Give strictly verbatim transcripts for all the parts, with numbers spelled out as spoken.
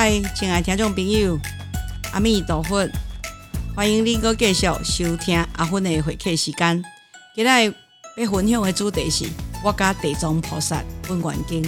嗨，亲爱的听众朋友，阿弥陀佛，欢迎你搁继续收听阿芬的会客时间。今日要分享的主题是我甲地藏菩萨本愿经。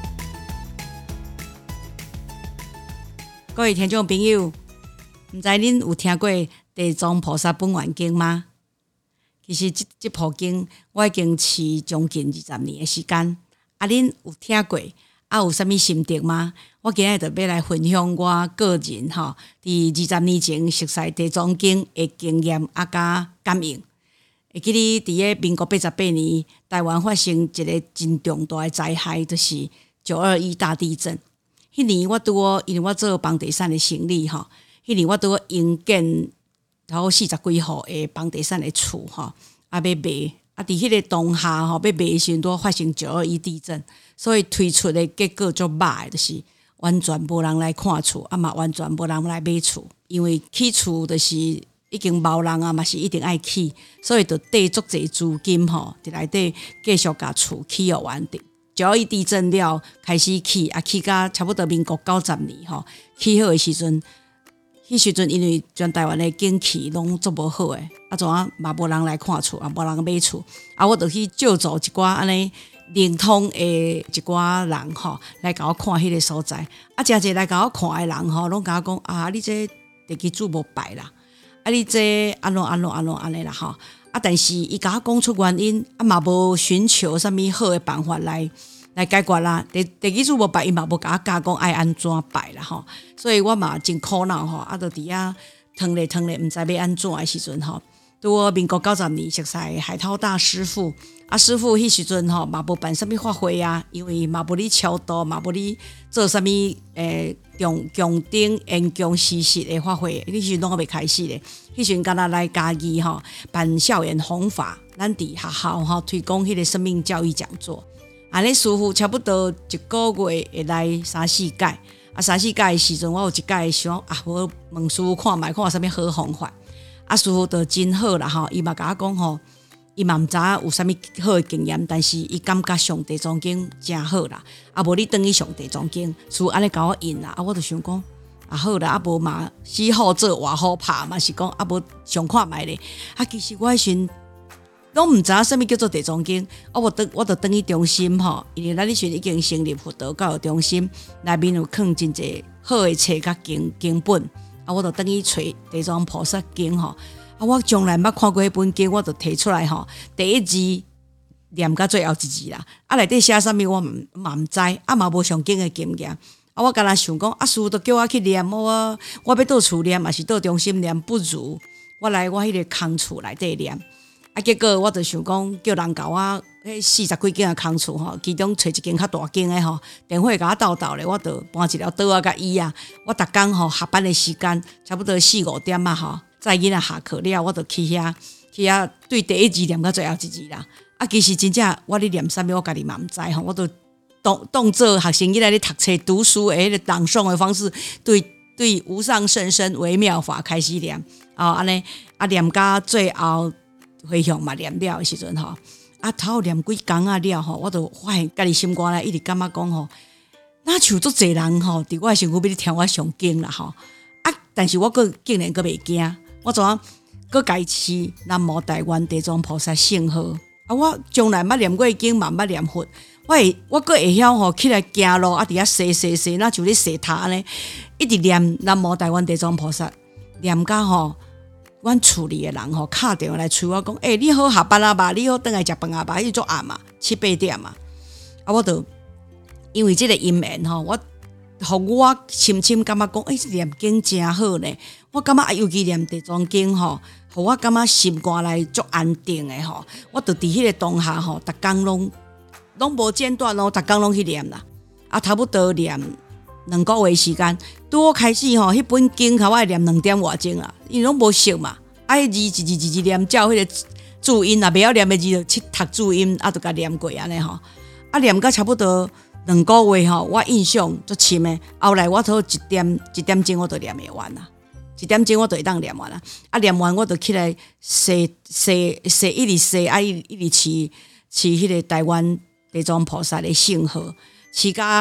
各位听众朋友，唔知恁有听过地藏菩萨本愿经吗？其实这这部经我已经持将近二十年的时间，啊，恁有听过？啊，有啥物心得吗？我今日就要来分享我个人吼，伫二十年前熟悉地藏经的经验啊，甲感应。会记哩，伫个民国八十八年，台湾发生一个真重大的灾害，就是九二一大地震。迄年我拄好，因为我做房地产的生意吼，迄年我拄好营建头四十几户的房地产的厝吼，啊要卖。啊！伫迄个当下吼，要卖的时阵都发生九二一地震，所以推出的结果足歹的，就是完全无人来看厝，啊嘛完全无人来买厝，因为起厝就是已经冇人啊，嘛是一定爱起，所以就缀足侪资金吼，伫内底继续甲厝起好完的。九二一地震了开始起，啊起到差不多民国九十年吼，起好的时阵。迄时阵因为全台湾的景气拢足无好诶，啊怎啊嘛无人来看厝，啊无人买厝，啊我就去借助一寡安尼灵通诶一寡人吼，来甲我看迄个所在，啊诚侪来甲我看诶人吼，拢甲我讲啊，你这地基主无拜啦，啊你这安怎安怎安怎安尼啦吼，啊但是伊甲我讲出原因，啊嘛无寻求啥物好诶办法来。来解决啦，地地基主无拜，伊嘛无甲我教讲爱安怎拜啦吼，所以我嘛真苦恼吼，啊，就伫遐疼咧疼咧，毋知要安怎诶时阵吼，拄好民国九十年熟悉海涛大师傅，啊师傅迄时阵吼嘛无办啥物法会啊，因为嘛无咧超度，嘛无咧做啥物诶供供顶演供施食诶法会，迄时阵拢未开始咧，迄时阵敢若来家己吼办校园弘法，咱伫学校吼推广迄个生命教育讲座。安尼师傅差不多一个月会来三四届，啊三四届的时阵，我有一届想啊，我问师傅看卖，看有啥物好方法。啊师傅就真好啦吼，伊嘛甲我讲吼，伊嘛毋知影有啥物好的经验，但是伊感觉上地藏经真好啦。啊无你等于上地藏经，师傅安尼甲我引啦，啊我就想讲啊好啦，啊无嘛死好做活好拍嘛，是讲啊无上看卖咧。啊其实我迄时拢毋知影啥物叫做地藏经，啊我等我就等去中心吼，因为咱迄时已经成立佛道教育中心，内面有放真侪好诶册甲经经本，啊我就等去找地藏菩萨经吼，啊我从来捌看过迄本经，我就摕出来吼，第一字念到最后一字啦，啊内底写啥物我嘛毋知，啊嘛无上经诶经验，啊我敢若想讲，啊师父都叫我去念，我我要倒厝念，还是倒中心念，不如我来我迄个空厝内底念。啊！结果我就想讲，叫人甲我迄四十几间的空厝吼，其中找一间较大间的吼，电话甲我斗斗咧，我就搬一条桌啊甲椅啊。我逐工吼下班的时间差不多四五点啊吼，载囡仔下课了，我就去遐去遐对第一字念到最后一字啦。啊，其实真正我咧念啥物，我家己嘛毋知吼，我都当当做学生囡仔咧读册读书诶，迄个朗诵的方式，对对无上甚深微妙法开始念，哦安尼啊念到最后。回向嘛念了的时阵吼，啊头念几工啊了吼，我就发现家己心肝咧一直感觉讲吼，哪像足侪人吼，伫我的身躯要听我上经啦吼，啊但是我佫竟然佫袂惊，我怎啊佫家持南无台湾地藏菩萨圣号，啊我从来捌念过经，嘛捌念佛，我会我佫会晓吼起来行路，啊伫遐踅踅踅，那像咧踅塔安尼，一直念南无台湾地藏菩萨，念到吼。阮厝里的人吼，敲电话来催我讲，诶、欸，你好下班啊吧？你好倒来食饭啊吧？迄足暗嘛，七八点嘛。啊，我就因为即个因缘吼，我互我深深感觉讲，诶、欸，念经真好呢。我感觉尤其念地藏经吼，互我感觉心肝内足安定的吼。我就伫迄个当下吼，逐工拢拢无间断哦，逐工拢去念啦。啊，差不多念。两个月时间，拄好开始吼，迄本经甲我念两点外钟啦，因为拢无熟嘛，啊，迄字一字一字念，照迄个注音啊，袂晓念的字就去读注音，啊，就甲念过安尼吼，啊，念到差不多两个月吼，我印象足深的，后来我头一点一点钟我就念会完啦，一点钟我就会当念完啦，啊，念完我就起来踅踅踅一直踅，啊，一一直饲饲迄个台湾地藏菩萨的圣号，饲甲。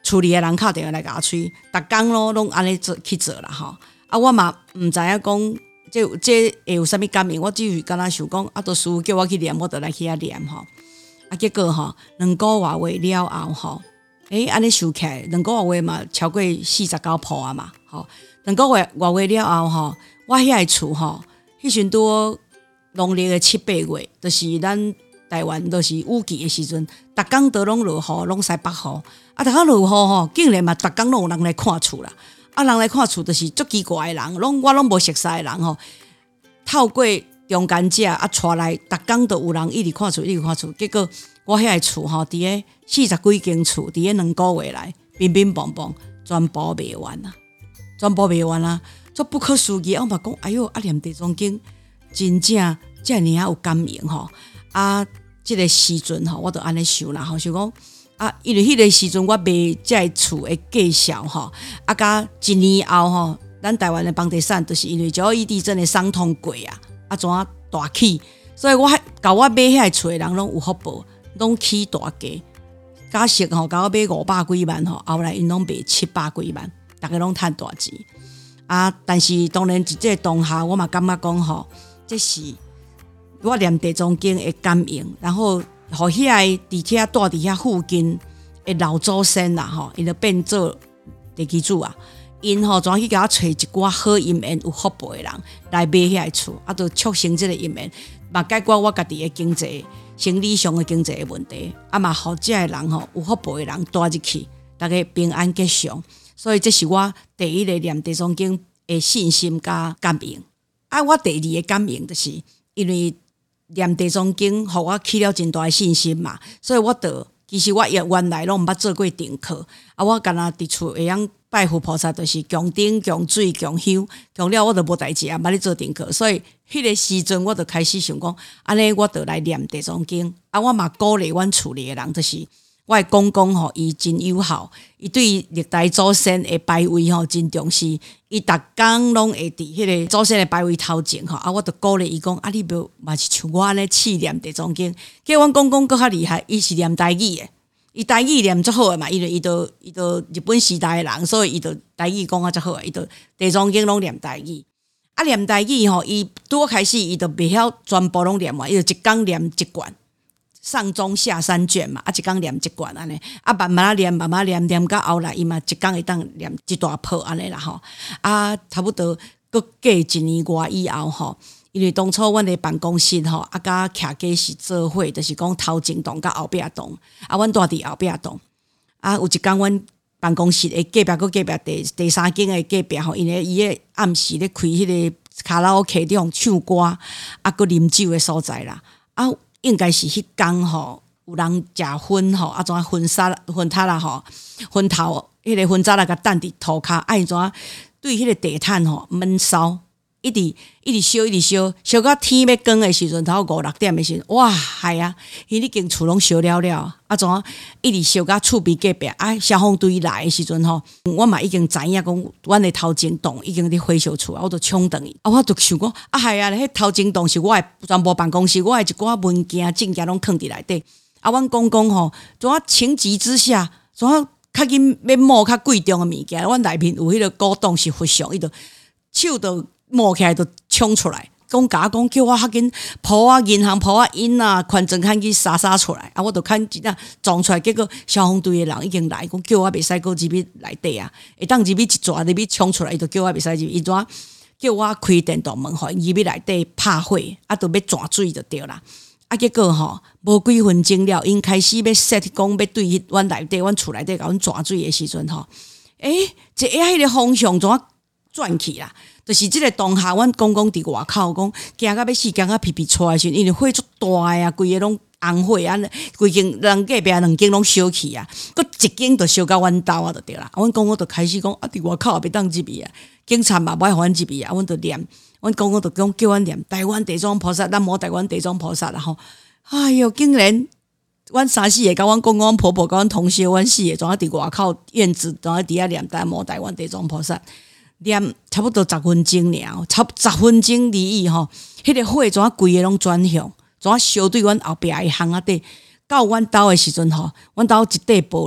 厝里诶人敲电话来甲我催，逐工咯拢安尼做去做啦吼。啊，我嘛毋知影讲这这会有啥物感应，我只是敢若想讲，啊，都师傅叫我去念，我就来去遐念吼。啊，结果吼两个月月了后吼，诶，安尼收起来两个月月嘛超过四十九铺啊嘛，吼，两个月月月了后吼，我遐个厝吼，迄阵拄农历诶七八月，就是咱台湾都是雨季诶时阵，逐工都拢落雨，拢西北雨，啊，逐工落雨吼，竟然嘛逐工拢有人来看厝啦。啊，人来看厝就是足奇怪诶人，拢我拢无熟悉诶人吼，透过中间者啊，带来逐工都有人一直看厝，一直看厝。结果我遐个厝吼，伫个四十几间厝，伫个两个月来，乒乒乓乓，全部卖完啊，全部卖完啊，足不可思议。我嘛讲，哎哟，啊念地藏经，真正遮尔啊有感应吼。啊，即个时阵吼，我就安尼想啦，吼，想讲。啊，因为迄个时阵我卖这厝的计销吼，啊，甲一年后吼，咱台湾的房地产就是因为九二一地震的伤痛过啊，啊，怎啊大起，所以我甲我买遐厝的人拢有福报，拢起大价，假设吼，甲我买五百几万吼，后来因拢卖七百几万，大家拢趁大钱啊。但是当然，即个当下我嘛感觉讲吼，这是我念地藏经的感应，然后。互遐个伫遐住伫遐附近的老祖先啦吼，因就变做地基主啊。因吼怎去甲我找一寡好姻缘有福报的人来买遐个厝，啊，就促成即个姻缘，嘛解决我家己的经济、生理上的经济的问题，啊嘛，互遮个人吼有福报的人住入去，大家平安吉祥。所以这是我第一个念地藏经的信心加感应。啊，我第二个感应就是因为。念地藏经，互我起了真大的信心嘛，所以我就其实我原原来拢毋捌做过定课，啊，我干那伫厝会晓拜佛菩萨，就是供灯、供水、供香，供了我就无代志啊，捌咧做定课，所以迄个时阵我就开始想讲，安尼我就来念地藏经，啊，我嘛鼓励阮厝里的人，就是我的公公吼，伊真友好，伊对历代祖先的牌位吼真重视。伊逐工拢会伫迄个祖先的牌位头前吼，啊，我就鼓励伊讲，啊，你无嘛是像我安尼试念地藏经。结果阮公公搁较厉害，伊是念台语的，伊台语念足好诶嘛，因为伊都伊都日本时代诶人，所以伊都台语讲啊足好诶，伊都地藏经拢念台语。啊，念台语吼，伊拄开始伊都袂晓全部拢念完，伊就一工念一卷。上中下三卷嘛，啊一工念一卷安尼，啊慢慢啊念，慢慢念念到后来，伊嘛一工会当念一大铺安尼啦吼，啊差不多搁过一年外以后吼，因为当初阮的办公室吼，啊甲徛家是做伙，就是讲头前栋甲后壁栋，啊阮住伫后壁栋，啊有一工阮办公室的隔壁搁隔壁第第三间的隔壁吼，因为伊个暗时咧开迄个卡拉 OK 地方唱歌，啊搁啉酒的所在啦，啊。应该是迄天吼，有人食薰吼，啊怎薰沙薰塔啦吼，薰头迄个薰渣啦，甲等伫涂骹，啊怎对迄个地毯吼闷烧，一直一直烧，一直烧，烧到天要光的时阵，头五六点的时阵，哇，系啊，迄日间厝拢烧了了，啊怎一直烧到厝边隔壁，啊消防队来的时阵吼，我嘛已经知影讲，阮的头前栋已经伫火烧厝，我就冲倒去，啊我就想讲，啊系啊，迄头前栋是我的全部办公室，我的一寡文件证件拢藏伫内底，啊阮公公吼，怎情急之下，怎较紧要摸较贵重的物件，阮内面有迄个古董是佛像，伊就手就摸起来就冲出来，讲甲我讲叫我较紧抱啊银行抱啊印啊，款证看去杀杀出来，啊我就看真啊撞出来，结果消防队的人已经来，讲叫我袂使搁入去内底啊，会当入去一抓入去冲出来，伊就叫我袂使入，伊怎叫我开电动门，互因入去内底拍火，啊就要转水就对啦。啊，结果吼无几分钟了，因开始要 set 讲要对迄阮内底、阮厝内底甲阮抓水的时阵吼，诶，一下迄个方向怎转去啦？就是即个当下，阮公公伫外口讲，惊到要死，惊到皮皮出来时，因为火足大啊，规个拢红火啊，规间人隔壁两间拢烧去啊，佮一间就烧到阮兜啊，就对啦。阮公公就开始讲，啊，伫外口也袂当入去啊，警察嘛袂互阮入去啊，阮就念。阮公公就讲叫阮念台湾地藏菩萨，咱摸台湾地藏菩萨啦吼。哎哟，竟然阮三四个甲阮公公婆婆甲阮同事，阮四个总啊伫外口院子，总啊伫遐念台摸台湾地藏菩萨，念差不多十分钟尔，差十分钟而已吼。迄个火总啊规个拢转向，总啊烧对阮后壁个巷仔底。到阮兜的时阵吼，阮兜一块玻璃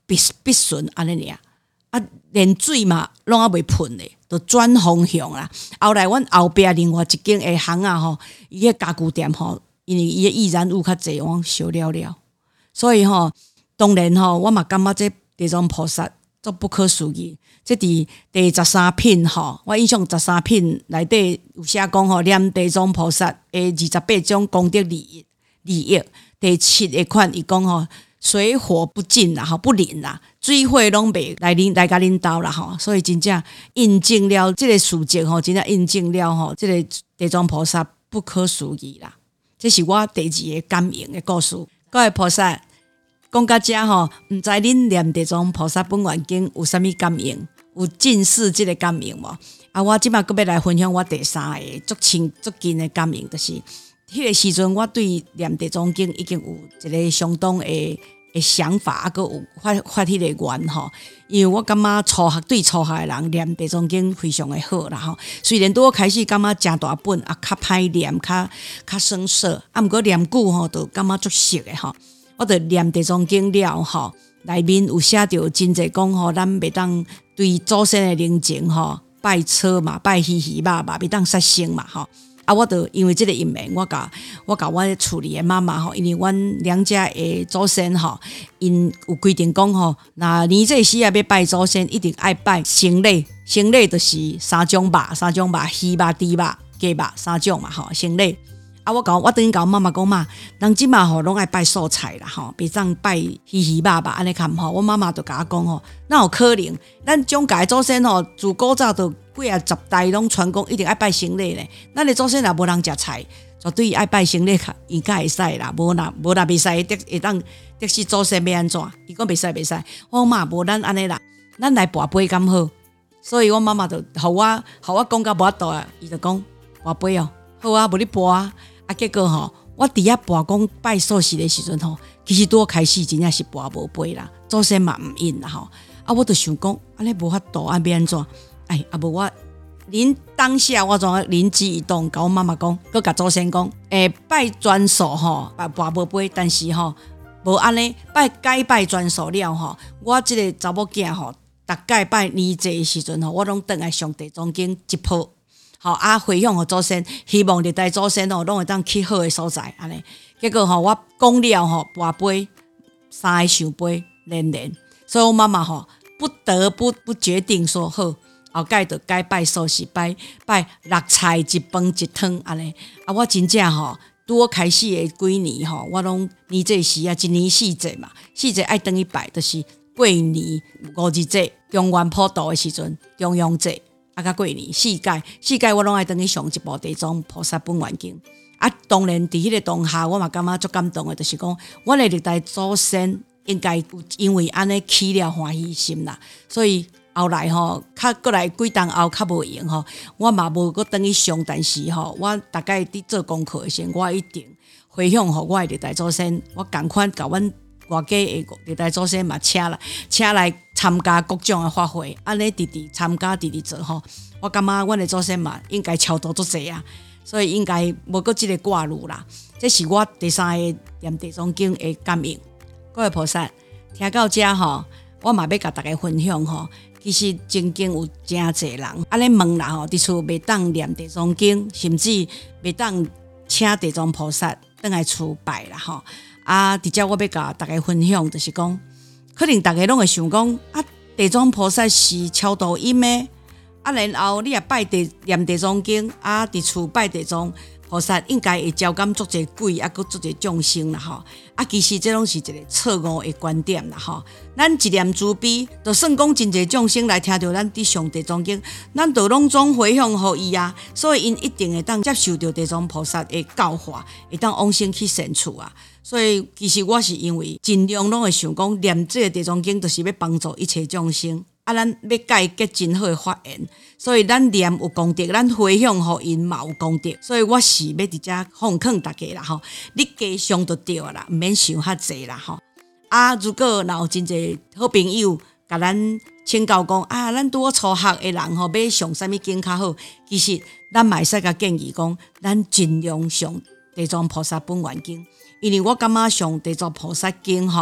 必必顺安尼尔，啊，连水嘛拢还袂喷咧，就转方向啦。后来阮后壁另外一间下行啊吼，伊个家具店吼，因为伊个易燃物较济，我烧了了。所以吼，当然吼，我嘛感觉这地藏菩萨足不可思议。这伫第十三品吼，我印象十三品内底有写讲吼，念地藏菩萨诶二十八种功德利益利益。第七个款伊讲吼，水火不进啦，吼不临啦，水火拢袂来临来甲恁斗啦吼，所以真正印证了这个事迹吼，真正印证了吼，这个地藏菩萨不可思议啦。这是我第二个感应的故事。各位菩萨讲到这吼，毋知恁念地藏菩萨本愿经有啥物感应？有近似这个感应无？啊，我即摆阁要来分享我第三个足亲足近的感应，就是迄个时阵，我对念地藏经已经有一个相当的的想法，啊，阁有发发迄个愿吼。因为我感觉初学对初学的人念地藏经非常的好啦吼。虽然拄我开始感觉真大本，啊，较歹念，较较生涩，啊，毋过念久吼，就感觉足熟的吼。我就念地藏经了吼，内面有写着真济讲吼，咱袂当对祖先的灵情吼拜车嘛，拜鱼鱼肉嘛，袂当杀生嘛吼。啊，我就因为这个因缘，我甲我甲我厝里的妈妈吼，因为阮两家的祖先吼，因有规定讲吼，那年这时啊要拜祖先，一定爱拜生礼，生礼就是三种肉，三种肉，鱼肉、猪肉、鸡肉三种嘛吼，生礼。啊，我讲我等于甲我妈妈讲嘛，人即嘛吼拢爱拜素菜啦吼，别当拜鱼鱼肉肉安尼看吼。我妈妈就甲我讲吼，哪有可能？咱种家祖先吼，自古早就几啊十代拢传讲一定爱拜生礼咧。咱的祖先也无人食菜，绝对爱拜生礼，应该会使啦。无啦无啦袂使，得会当得是祖先要安怎？伊讲袂使袂使。我讲妈无咱安尼啦，咱来跋杯敢好。所以我妈妈就互我互我讲到无法度啊，伊就讲跋杯哦，好啊，无你跋啊。啊，结果吼，我伫遐跋讲拜寿司的时阵吼，其实拄开始真正是跋无杯啦，祖先嘛毋应啦吼。啊，我就想讲，安尼无法度，安要安怎？哎，啊无我临当下我怎灵机一动，甲我妈妈讲，佮甲祖先讲，诶、欸，拜专属吼，拜跋无杯，但是吼无安尼拜该拜专属了吼，我即个查某囝吼，逐届拜年节的时阵吼，我拢倒来上地藏经一鋪。好啊，回向给祖先，希望历代祖先哦，拢会当去好的所在安尼。结果吼，我讲了吼，跋杯三个上杯连连，所以我妈妈吼不得不不决定说好，后届就该拜寿司，拜拜六菜一饭一汤安尼。啊，我真正吼，拄我开始的几年吼，我拢年这时啊，一年四节嘛，四节爱等于拜，就是过年五日节、中元普渡的时阵、中央节。啊，甲过年四届，四届我拢爱等去上一部地藏菩萨本愿经。啊，当然伫迄个当下，我嘛感觉足感动的，就是讲，我的历代祖先应该有因为安尼起了欢喜心啦，所以后来吼，较过来几当后较无用吼，我嘛无搁等去上，但是吼，我大概伫做功课的时候，我一定回向互我的历代祖先，我共款甲阮外家的历代祖先嘛请来，请来。参加各种的法会，安尼直直参加直直做吼，我感觉阮的祖先嘛应该超度足济啊，所以应该无搁即个挂路啦。这是我第三个念地藏经的感应。各位菩萨，听到这吼，我嘛要甲大家分享吼。其实真经有真侪人安尼问啦吼，伫厝袂当念地藏经，甚至袂当请地藏菩萨倒来厝拜啦吼。啊，伫遮我要甲大家分享，就是讲。可能大家拢会想讲啊，地藏菩萨是超度因的，啊，然后你也拜地念地藏经，啊，伫厝拜地藏菩萨，应该会招感足侪鬼，啊，佮足侪众生啦吼。啊，其实这拢是一个错误的观点啦吼。咱一念慈悲，就算讲真侪众生来听到咱伫上地藏经，咱就拢总回向互伊啊，所以因一定会当接受到地藏菩萨的教化，会当往生去善处啊。所以其实我是因为尽量拢会想讲念这个地藏经，就是要帮助一切众生。啊，咱要甲伊结真好的法缘，所以咱念有功德，咱回向互因嘛有功德。所以我是要伫遮奉劝大家啦吼，你加上就对啦，毋免想遐济啦吼。啊，如果若有真侪好朋友甲咱请教讲啊，咱拄好初学的人吼，要上啥物经较好？其实咱嘛会使甲建议讲，咱尽量上地藏菩萨本愿经。因为我感觉上地藏菩萨经吼，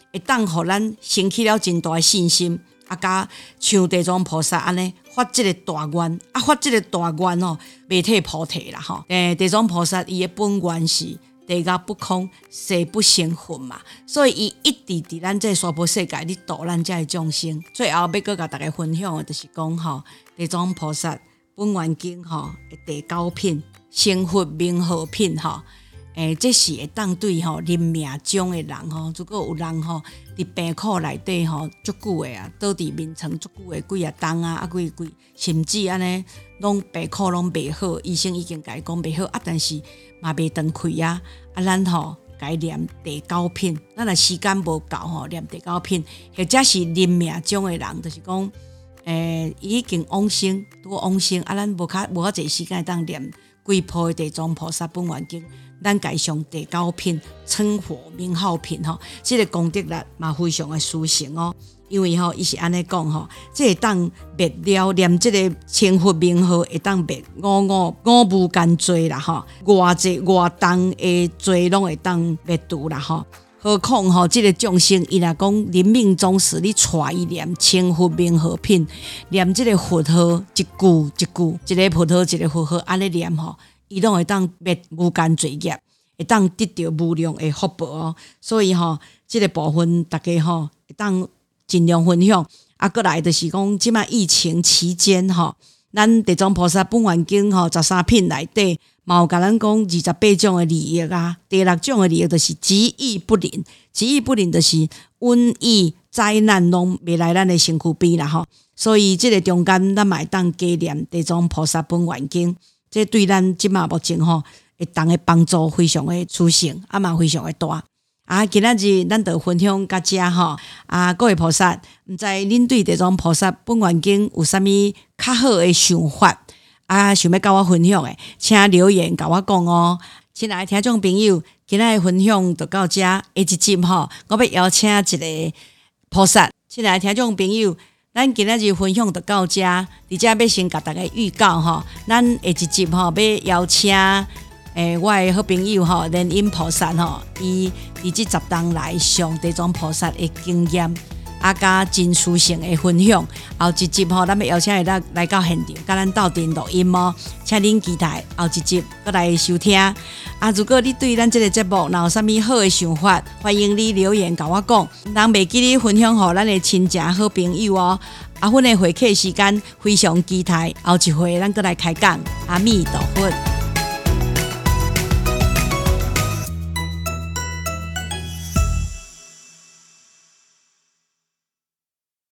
会当互咱升起了真大的信心，啊，甲像地藏菩萨安尼发即个大愿，啊，发即个大愿吼，未退菩提啦吼。诶，地藏菩萨伊的本愿是地狱不空，誓不生恨嘛，所以伊一直伫咱这娑婆世界里度咱这众生。最后要搁甲大家分享的，就是讲吼，地藏菩萨本愿经吼第九品成佛名号品吼。诶，这是会当对吼临命终的人吼，如果有人吼伫病苦内底吼足久的啊，倒伫眠床足久的几啊冬啊，啊几几，甚至安尼拢病苦拢袂好，医生已经甲伊讲袂好啊，但是嘛袂断开啊，啊咱吼该念第九品，咱若时间无够吼，念第九品，或者是临命终的人，就是讲诶已经往生，拄往生啊，咱无较无较侪时间当念几部的地藏菩萨本愿经。咱改上第九品称佛名号品吼，这个功德力嘛非常的殊胜哦。因为吼，伊是安尼讲吼，这会当灭了念这个称佛名号，会当灭五五五无间罪啦吼，偌济偌重的罪拢会当灭除啦吼。何况吼，这个众生伊若讲临命终时，你带伊念称佛名号品，念这个佛号一句一句，一个佛号一个佛号安尼念吼。伊拢会当灭无间罪业，会当得到无量的福报哦。所以吼，这个部分大家吼会当尽量分享。啊，过来就是讲，即摆疫情期间吼，咱地藏菩萨本愿经吼十三品内底，嘛有甲咱讲二十八种的利益啊。第六种的利益就是疾疫不临，疾疫不临就是瘟疫灾难拢袂来咱的身躯边啦吼。所以这个中间，咱嘛会当加念地藏菩萨本愿经。这对咱即马目前吼会当的帮助非常的殊胜，啊嘛非常的大。啊，今仔日咱就分享到这吼。啊，各位菩萨，毋知恁对地藏菩萨本愿经有啥物较好的想法？啊，想要甲我分享的，请留言甲我讲哦。亲爱的听众朋友，今仔日分享就到这，下一集吼，我要邀请一个菩萨。亲爱的听众朋友。咱今仔日分享就到这，而且要先甲大家预告吼，咱下一集吼要邀请诶我的好朋友吼莲音菩萨吼，伊伫即十当来上地藏菩萨的经验，啊甲真殊胜的分享。后一集吼，咱要邀请伊来来到现场，甲咱斗阵录音哦，请恁期待后一集过来收听。啊，如果你对咱这个节目有啥物好的想法，欢迎你留言甲我讲，人袂记你分享互咱的亲情好朋友哦。啊，阮的会客时间非常期待，后一回咱过来开讲。阿弥陀佛。